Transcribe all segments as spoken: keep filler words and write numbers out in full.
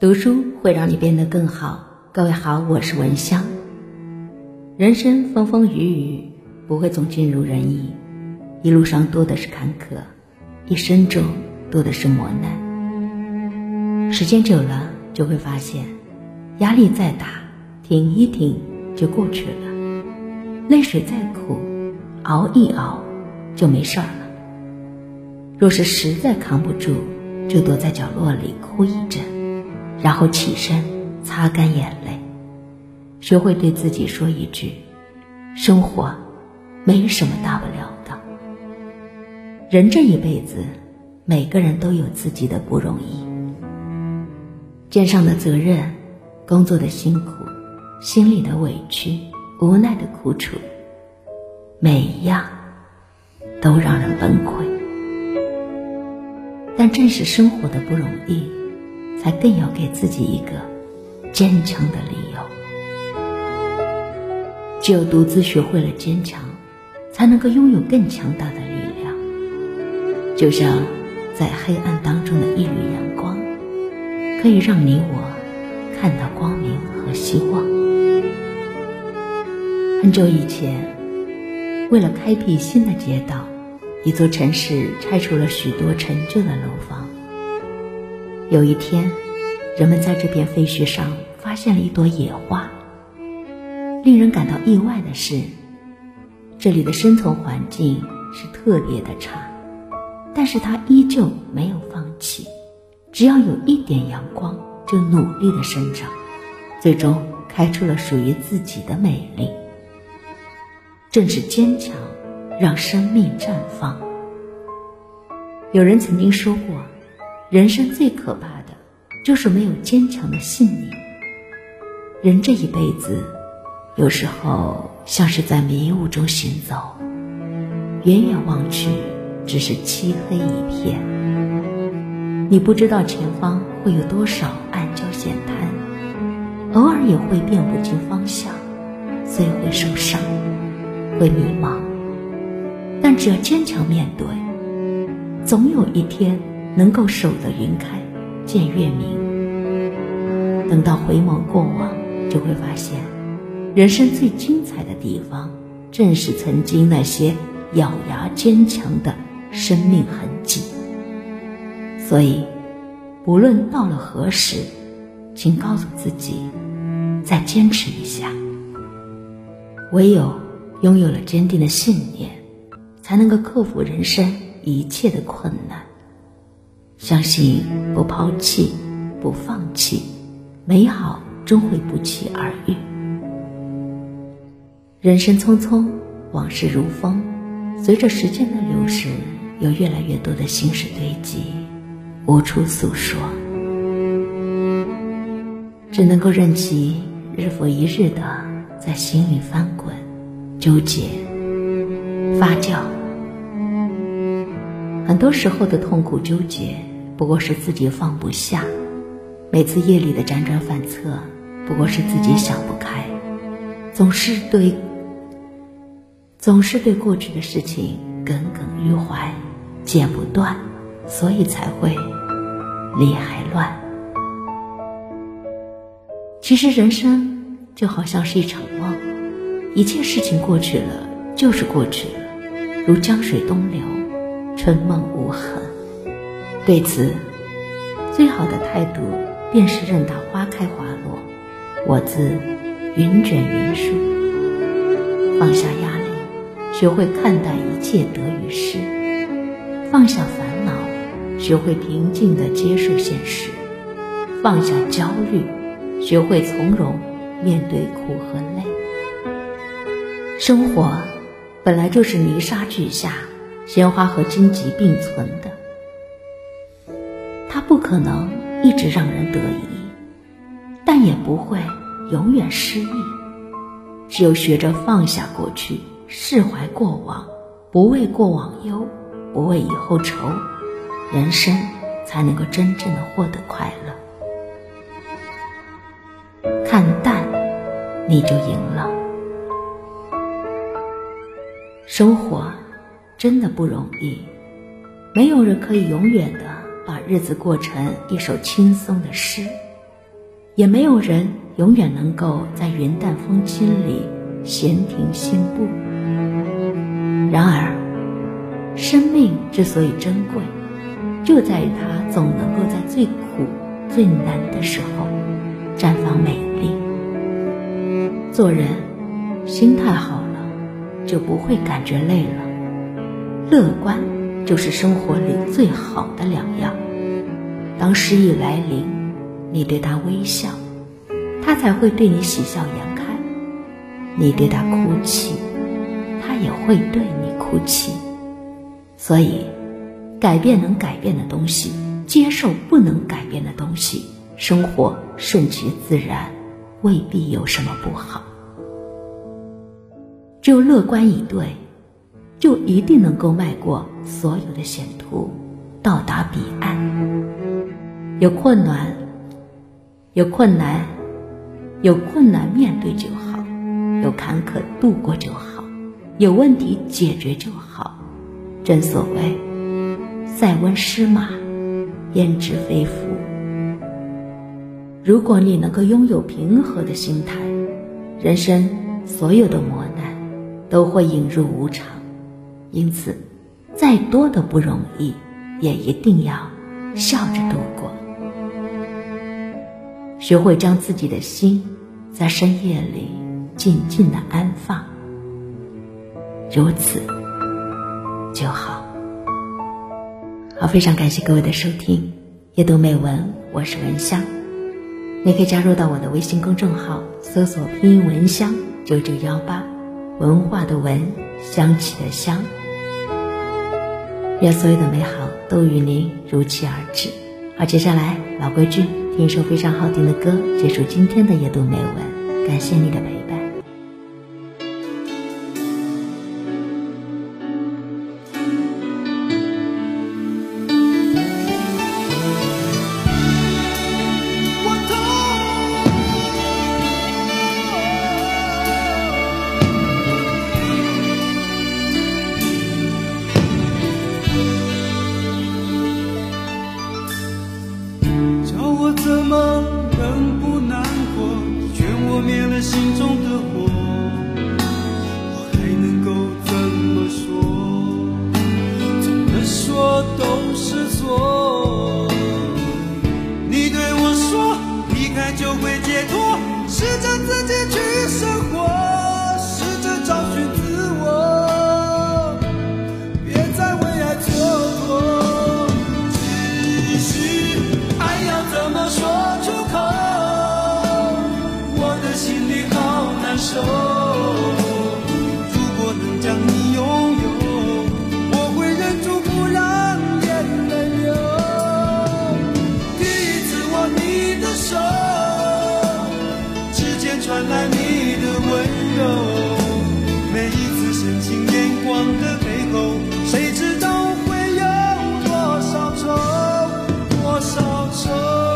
读书会让你变得更好。各位好，我是文香。人生风风雨雨，不会总尽如人意，一路上多的是坎坷，一生中多的是磨难。时间久了就会发现，压力再大，挺一挺就过去了，泪水再苦，熬一熬就没事儿了。若是实在扛不住，就躲在角落里哭一阵，然后起身擦干眼泪，学会对自己说一句，生活没什么大不了的。人这一辈子，每个人都有自己的不容易，肩上的责任，工作的辛苦，心里的委屈，无奈的苦楚，每一样都让人崩溃。但正是生活的不容易，才更要给自己一个坚强的理由。只有独自学会了坚强，才能够拥有更强大的力量。就像在黑暗当中的一缕阳光，可以让你我看到光明和希望。很久以前，为了开辟新的街道，一座城市拆除了许多陈旧的楼房。有一天，人们在这片废墟上发现了一朵野花。令人感到意外的是，这里的生存环境是特别的差，但是它依旧没有放弃，只要有一点阳光，就努力的生长，最终开出了属于自己的美丽。正是坚强让生命绽放。有人曾经说过，人生最可怕的就是没有坚强的信念。人这一辈子，有时候像是在迷雾中行走，远远望去只是漆黑一片，你不知道前方会有多少暗礁险滩，偶尔也会辨不清方向，所以会受伤，会迷茫。但只要坚强面对，总有一天能够守得云开见月明。等到回眸过往，就会发现人生最精彩的地方，正是曾经那些咬牙坚强的生命痕迹。所以无论到了何时，请告诉自己再坚持一下。唯有拥有了坚定的信念，才能够克服人生一切的困难。相信不抛弃，不放弃，美好终会不期而遇。人生匆匆，往事如风，随着时间的流逝，有越来越多的心事堆积，无处诉说，只能够任其日复一日的在心里翻滚、纠结、发酵。很多时候的痛苦纠结，不过是自己放不下；每次夜里的辗转反侧，不过是自己想不开。总是对总是对过去的事情耿耿于怀，剪不断，所以才会理还乱。其实人生就好像是一场梦，一切事情过去了就是过去了，如江水东流，春梦无痕。对此，最好的态度便是任它花开花落，我自云卷云舒。放下压力，学会看待一切得与失；放下烦恼，学会平静地接受现实；放下焦虑，学会从容面对苦和累。生活本来就是泥沙俱下，鲜花和荆棘并存的，它不可能一直让人得意，但也不会永远失意。只有学着放下过去，释怀过往，不为过往忧，不为以后愁，人生才能够真正的获得快乐。看淡，你就赢了。生活真的不容易，没有人可以永远的把日子过成一首轻松的诗， 也没有人永远能够在云淡风轻里闲庭信步。然而生命之所以珍贵，就在于它总能够在最苦最难的时候绽放美丽。做人心态好了，就不会感觉累了。乐观就是生活里最好的良药。当失意来临，你对他微笑，他才会对你喜笑颜开；你对他哭泣，他也会对你哭泣。所以改变能改变的东西，接受不能改变的东西，生活顺其自然，未必有什么不好。只有乐观以对，就一定能够迈过所有的险途，到达彼岸。有困难有困难有困难面对就好，有坎坷度过就好，有问题解决就好。正所谓塞翁失马，焉知非福。如果你能够拥有平和的心态，人生所有的磨难都会引入无常。因此再多的不容易，也一定要笑着度过。学会将自己的心在深夜里静静地安放，如此就好。好，非常感谢各位的收听，阅读美文，我是文香。你可以加入到我的微信公众号，搜索拼音文香九九一八，文化的文，香气的香。愿所有的美好都与您如期而至。好，接下来老规矩，听一首非常好听的歌，结束今天的夜读美文。感谢你的陪伴。 怎么能不难过？劝我灭了心中的火，我还能够怎么说？怎么说都是错。你对我说离开就会解脱，试着自己去生活，试着找寻自我，别再为爱蹉跎。怎么说出口？我的心里好难受。如果能将你拥有，我会忍住不让眼泪流。第一次握你的手，指尖传来你的温柔。每一次深情眼光的背后，谁知道会有多少愁，多少愁。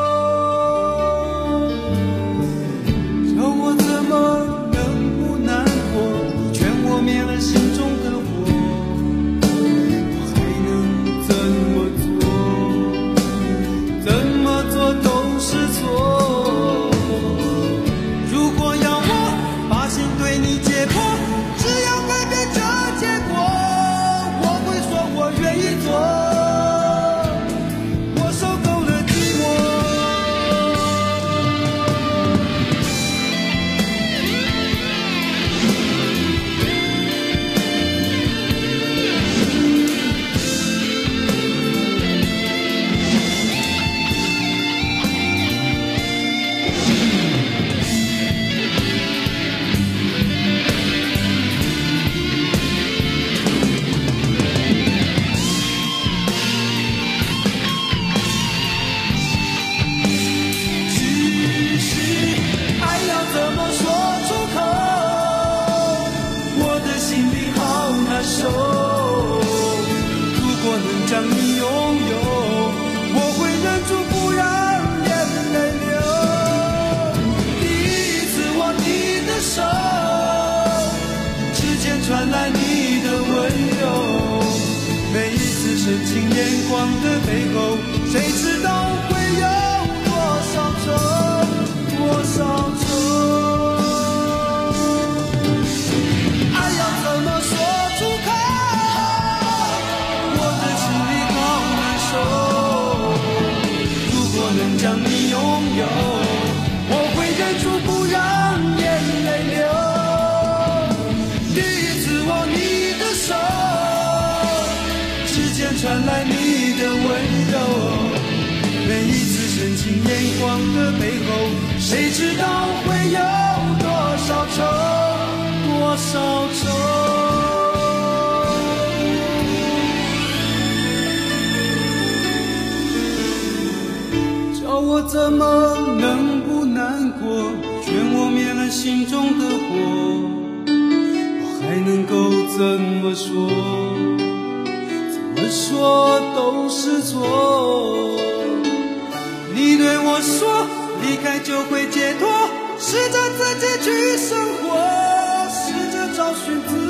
将你拥有，我会忍住不让眼泪流。第一次握你的手，指尖传来你的温柔。每一次深情眼光的背后，谁知道会有多少愁。 换来你的温柔。每一次深情眼光的背后，谁知道会有多少愁，多少愁。叫我怎么能不难过，劝我灭了心中的火，我还能够怎么说？怎么说都是错。你对我说离开就会解脱，试着自己去生活，试着找寻自